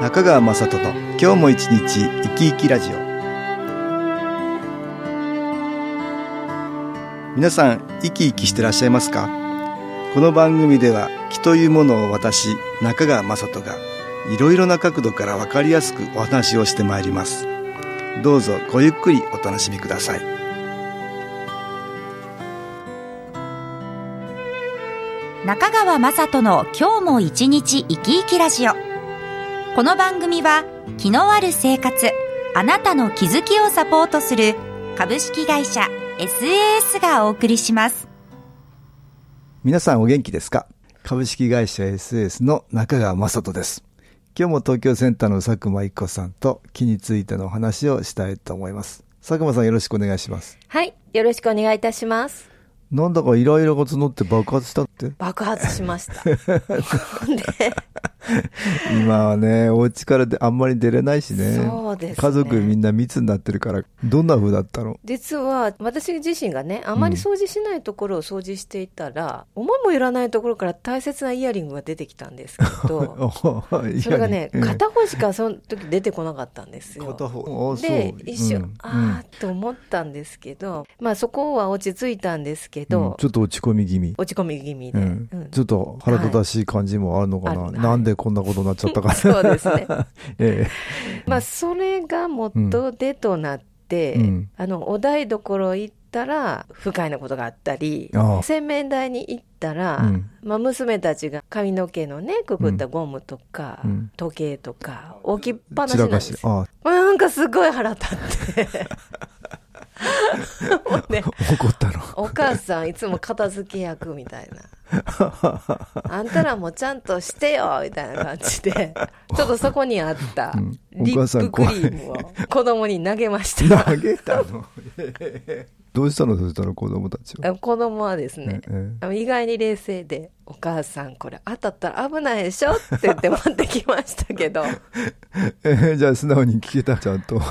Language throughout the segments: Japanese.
中川雅人の今日も一日生き生きラジオ。皆さん生き生きしてらっしゃいますか？この番組では気というものを私中川雅人がいろいろな角度から分かりやすくお話をしてまいります。どうぞごゆっくりお楽しみください。 中川雅人の今日も一日生き生きラジオ。この番組は気のある生活、あなたの気づきをサポートする株式会社 SAS がお送りします。 皆さんお元気ですか？株式会社 SAS の中川雅人です。今日も東京センターの佐久間一子さんと気についてのお話をしたいと思います。佐久間さんよろしくお願いします。 はい、よろしくお願いいたします。 なんだかイライラが募って爆発したって？ 爆発しましたで今はね、お家からあんまり出れないしね。 そうですね。 家族みんな密になってるから、どんな風だったの？ 実は私自身がね、あまり掃除しないところを掃除していたら、思いもよらないところから大切なイヤリングが出てきたんですけどそれがね、片方しかその時出てこなかったんですよ。 片方で、一瞬、あーって思ったんですけど、まあそこは落ち着いたんですけど、 ちょっと落ち込み気味で、ちょっと腹立たしい感じもあるのかな、 はい、 なんでこんなことになっちゃったかそうですね、まあそれが元でとなって、お台所行ったら不快なことがあったり、洗面台に行ったら、まあ、娘たちが髪の毛のねくくったゴムとか、時計とか置きっぱなしなんですよ。なんかすごい腹立ってね、 怒ったの？ お母さんいつも片付け役みたいなあんたらもちゃんとしてよみたいな感じでちょっとそこにあったリップクリームを子供に投げました。 投げたの？どうしたの？そしたら子供たちは。 子供はですね、意外に冷静で、お母さんこれ当たったら危ないでしょって言って持ってきましたけどじゃあ素直に聞けた？ちゃんと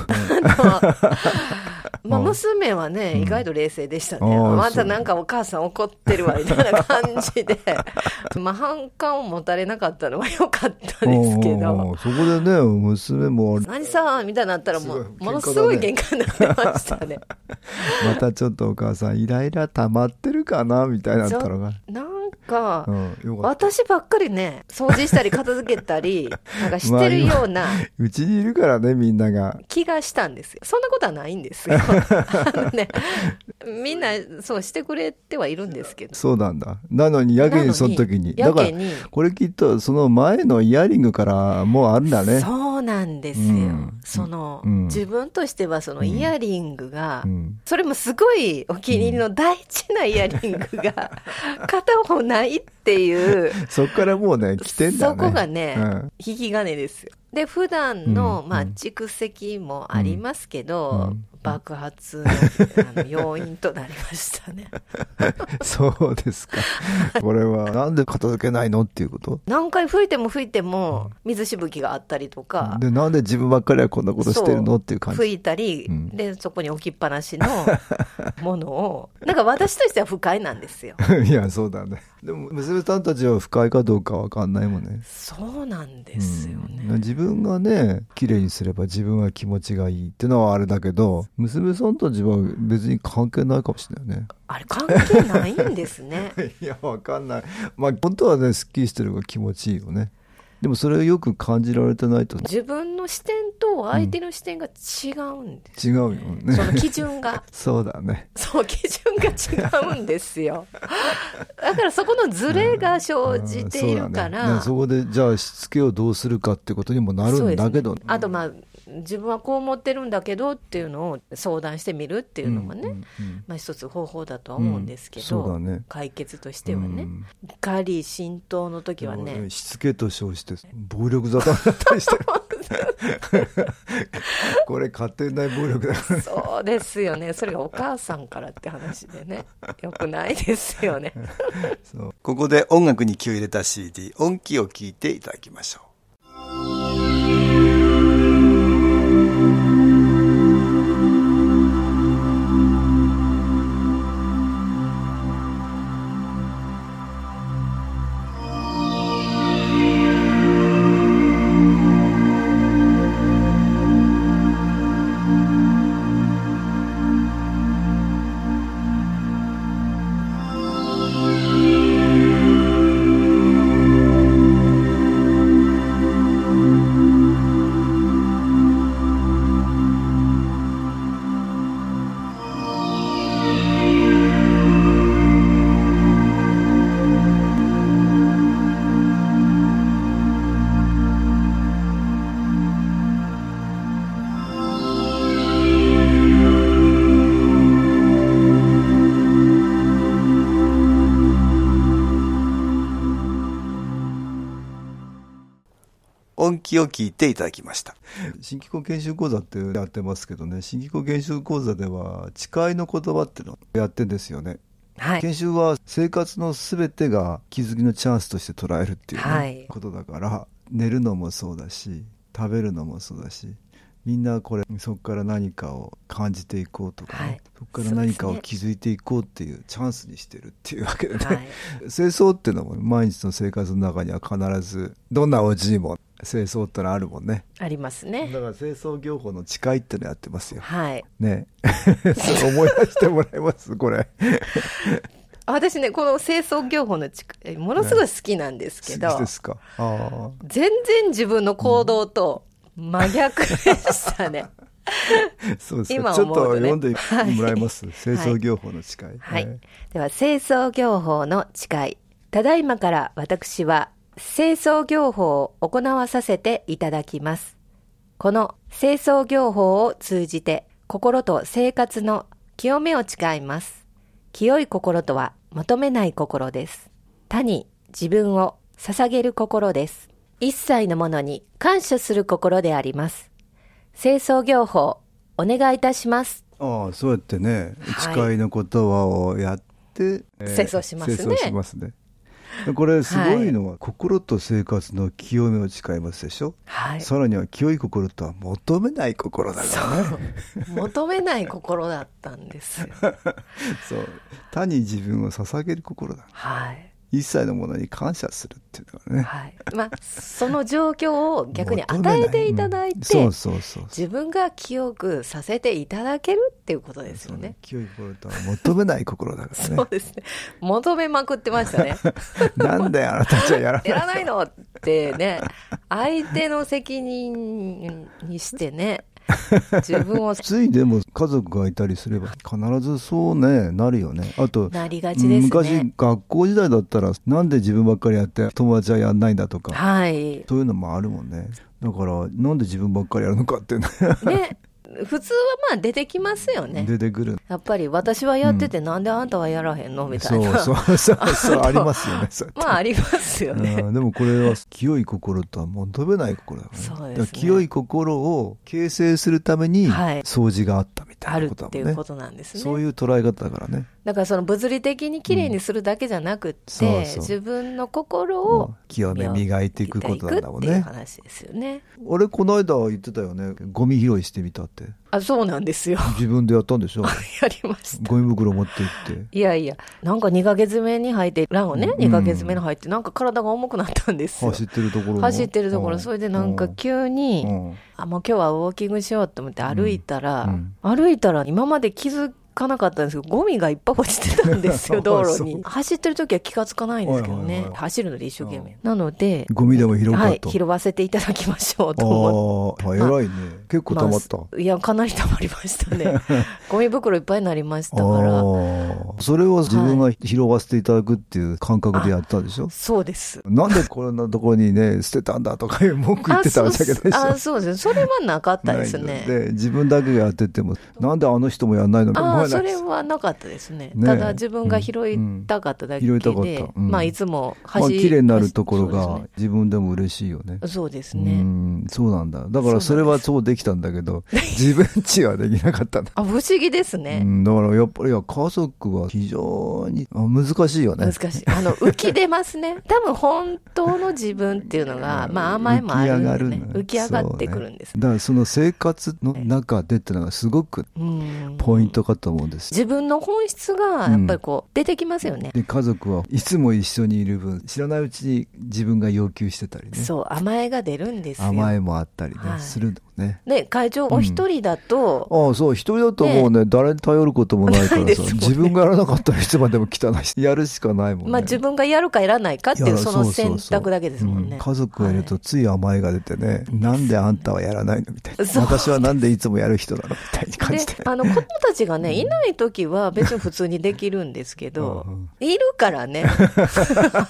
まあ、娘はね、意外と冷静でしたね。またなんかお母さん怒ってるわみたいな感じでまあ反感を持たれなかったのは良かったですけど、 そこでね、娘も何さみたいになったらものすごい喧嘩になってましたねまたちょっとお母さんイライラ溜まってるかなみたいなったのがなんか、私ばっかりね掃除したり片付けたりなんかしてるようなうちにいるからね、みんなが気がしたんですよ。そんなことはないんですよね、みんなそうしてくれてはいるんですけど。 そうなんだ。なのにやけにその時にだからこれきっとその前のイヤリングからもうあるんだね。 そうなんですよ、その、自分としてはそのイヤリングが、それもすごいお気に入りの大事なイヤリングが片方ないっていうそっからもうね来てんだね。 そこがね、引き金ですよ。で普段の、まあ、蓄積もありますけど、爆発 の要因となりましたねそうですか。これはなんで片付けないのっていうこと？ 何回拭いても水しぶきがあったりとかで、なんで自分ばっかりはこんなことしてるのっていう感じ。 拭いたり、でそこに置きっぱなしのものをなんか私としては不快なんですよいやそうだね。でも娘さんたちは不快かどうかわかんないもんね。 そうなんですよね、 自分がね綺麗にすれば自分は気持ちがいいってのはあれだけど、娘さんたちは別に関係ないかもしれないね。 あれ関係ないんですねいやわかんない。まあ本当はねスッキリしてる方が気持ちいいよね。でもそれをよく感じられてないと。 自分の視点と相手の視点が違うんです、 違うよね。 その基準がそうだね。 そう基準が違うんですよだからそこのズレが生じているから、 そこでじゃあしつけをどうするかってことにもなるんだけど、 あとまあ自分はこう思ってるんだけどっていうのを相談してみるっていうのもね、まあ、一つ方法だとは思うんですけど、 そうだね、 解決としてはね、怒り浸透の時はね、 しつけと称して暴力沙汰だったりしてこれ家庭内暴力だからそうですよね。それがお母さんからって話でねよくないですよねそう、ここで音楽に気を入れた CD 音気を聞いていただきましょう。 音気を聞いていただきました。新機構研修講座ってやってますけどね、新機構研修講座では誓いの言葉っていうのをやってんですよね。 はい、 研修は生活のすべてが気づきのチャンスとして捉えるっていう、ね、はい、ことだから、寝るのもそうだし、食べるのもそうだし、みんなこれそこから何かを感じていこうとか、ね、はい、そこから何かを気づいていこうっていうチャンスにしてるっていうわけでね、はい、清掃っていうのも毎日の生活の中には必ずどんなお家にも清掃ってのあるもんね。 ありますね。 だから清掃業法の誓いってのやってますよ。 はい。 ねそう思い出してもらえますこれ私ね、この清掃業法の誓いものすごい好きなんですけど、 好きですか。 全然自分の行動と真逆でしたねそうですか。ちょっと読んでもらえます、はい、清掃業法の誓い、 はい、では清掃業法の誓い。ただいまから私は清掃業法を行わさせていただきます。この清掃業法を通じて心と生活の清めを誓います。清い心とは求めない心です。他に自分を捧げる心です。一切のものに感謝する心であります。清掃業法お願いいたします。 そうやってね、誓いの言葉をやって、 清掃しますね。 清掃しますね。これすごいのは、はい、心と生活の清めを誓いますでしょ、はい、さらには清い心とは求めない心だからね。 求めない心だったんですよそう他に自分を捧げる心だ、 はい、 一切のものに感謝するっていうのがね、 はい、その状況を逆に与えていただいて、自分が清くさせていただけるっていうことですよね。 清い心とは求めない心だからねそうですね、求めまくってましたねなんであなたたちはやらないのってね、相手の責任にしてね自分をついでも家族がいたりすれば必ずそうねなるよね。あとなりがちですね。 昔学校時代だったらなんで自分ばっかりやって友達はやんないんだとか、 はい、 そういうのもあるもんね。だからなんで自分ばっかりやるのかってね普通はまあ出てきますよね。 出てくる。 やっぱり私はやってて、なんであんたはやらへんのみたいな。 そうありますよね。 まあありますよね。 でもこれは清い心とは求めない心だからね。 そうですね。 だから清い心を形成するために掃除があったみたいなことだもんね。 あるっていうことなんですね。 そういう捉え方だからね。 だからその物理的にきれいにするだけじゃなくって、自分の心を清め磨いていくことなんだもんね。 っていう話ですよね。 俺この間言ってたよね。ゴミ拾いしてみたって。 そうなんですよ。 自分でやったんでしょやりました。 ゴミ袋持って行って。 いやいや、なんか2ヶ月目に入って、欄をね、2ヶ月目に入って、なんか体が重くなったんですよ。 走ってるところ。 それでなんか急に、もう今日はウォーキングしようと思って歩いたら今まで気づかなかったんですけど、ゴミがいっぱい落ちてたんですよ道路に。走ってる時は気がつかないんですけどね、走るので一生懸命なので、 ゴミでも拾うかと、 拾わせていただきましょうと思って。 偉いね。結構溜まった、 いやかなり溜まりましたねゴミ袋いっぱいになりましたから。 それを自分が拾わせていただくっていう感覚でやったでしょ。 そうです。 なんでこんなところにね捨てたんだとかいう文句言ってたわけでしょ。 そうです。それはなかったですね。 で自分だけがやっててもなんであの人もやんないのかそれはなかったですね。ただ自分が拾いたかっただけで、いつも綺麗になるところが自分でも嬉しいよね。 そうですね。 そうなんだ。だからそれはそうできたんだけど自分ちはできなかったんだ。 不思議ですね。 だからやっぱり家族は非常に難しいよね。 難しい。浮き出ますね。多分本当の自分っていうのが甘えもあるんでね、浮き上がってくるんです。 だからその生活の中でっていうのがすごくポイントかと思うんです。 自分の本質がやっぱり出てきますよね。 で家族はいつも一緒にいる分知らないうちに自分が要求してたりね。 そう甘えが出るんですよ。 甘えもあったりね、するのね。 で会長お一人だと、 そう一人だともうね誰に頼ることもないからさ、自分がやらなかったらいつまでも汚いしやるしかないもんね。 自分がやるかやらないかっていうその選択だけですもんね。 家族がいるとつい甘えが出てね、なんであんたはやらないのみたいな、私はなんでいつもやる人なのみたいに感じて、 子供たちがねいない時は別に普通にできるんですけどいるからね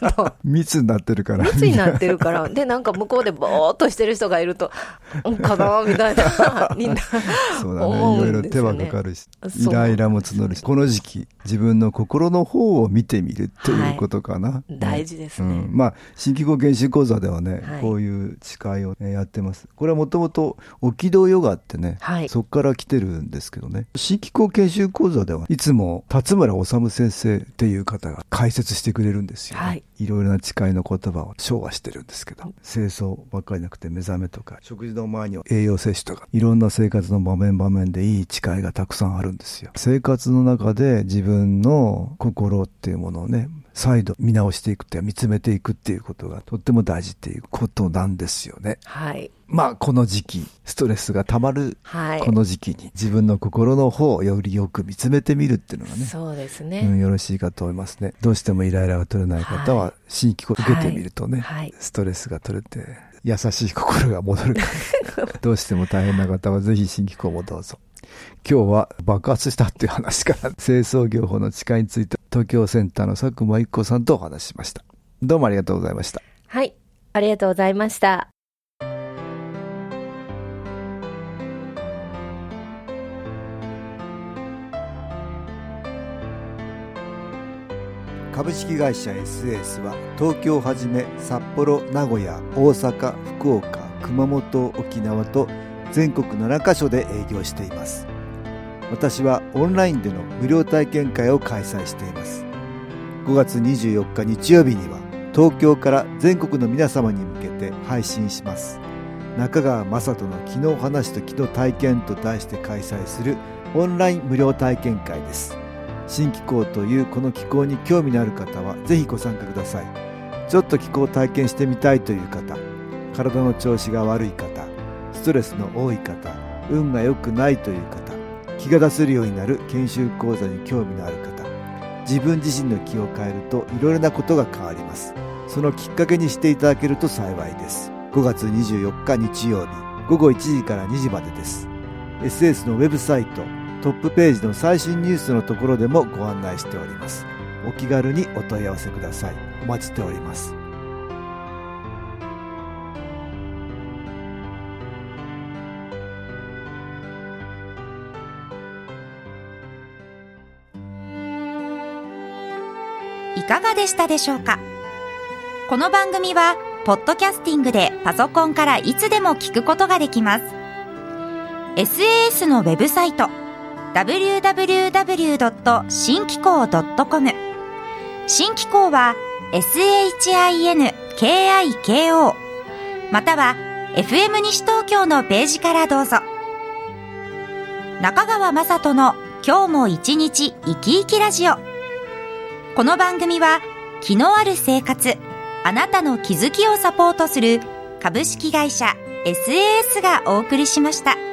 密になってるからでなんか向こうでぼーっとしてる人がいるとかなよみたいなみんなそうだね、いろいろ手はかかるし、イライラも募るし、この時期自分の心の方を見てみるということかな、 大事ですね。 まあ新機構研修講座ではね、こういう誓いをやってます。これはもともと沖道ヨガってね、そこから来てるんですけどね、新機構研修講座ではいつも辰村治先生っていう方が解説してくれるんですよね。いろいろな誓いの言葉を唱和してるんですけど、清掃ばっかりなくて目覚めとか食事の前には栄養摂取とか、いろんな生活の場面場面でいい誓いがたくさんあるんですよ。生活の中で自分の心っていうものをね、再度見直していくって、見つめていくっていうことがとっても大事っていうことなんですよね。まあこの時期ストレスがたまる、この時期に自分の心の方をよりよく見つめてみるっていうのがね、 そうですね、 よろしいかと思いますね。どうしてもイライラが取れない方は新機構を受けてみるとね、ストレスが取れて優しい心が戻るからどうしても大変な方はぜひ新機構もどうぞ。今日は爆発したっていう話から清掃業法の誓いについて東京センターの佐久間一子さんとお話ししました。どうもありがとうございました。 はい、ありがとうございました。 株式会社 SS は東京をはじめ札幌、名古屋、大阪、福岡、熊本、沖縄と全国7カ所で営業しています。私はオンラインでの無料体験会を開催しています。5月24日日曜日には東京から全国の皆様に向けて配信します。中川雅人の昨日話と昨日体験と題して開催するオンライン無料体験会です。新気候というこの気候に興味のある方はぜひご参加ください。ちょっと気候を体験してみたいという方、体の調子が悪い方、ストレスの多い方、運が良くないという方、気が出せるようになる研修講座に興味のある方、自分自身の気を変えるといろいろなことが変わります。そのきっかけにしていただけると幸いです。5月24日日曜日午後1時から2時までです。 SS のウェブサイトトップページの最新ニュースのところでもご案内しております。お気軽にお問い合わせください。お待ちしております。 いかがでしたでしょうか。この番組はポッドキャスティングでパソコンからいつでも聞くことができます。 SAS のウェブサイトwww.新機構.com、 新機構は SHINKIKO または FM 西東京のページからどうぞ。中川雅人の今日も一日生き生きラジオ。この番組は気のある生活、あなたの気づきをサポートする株式会社 SAS がお送りしました。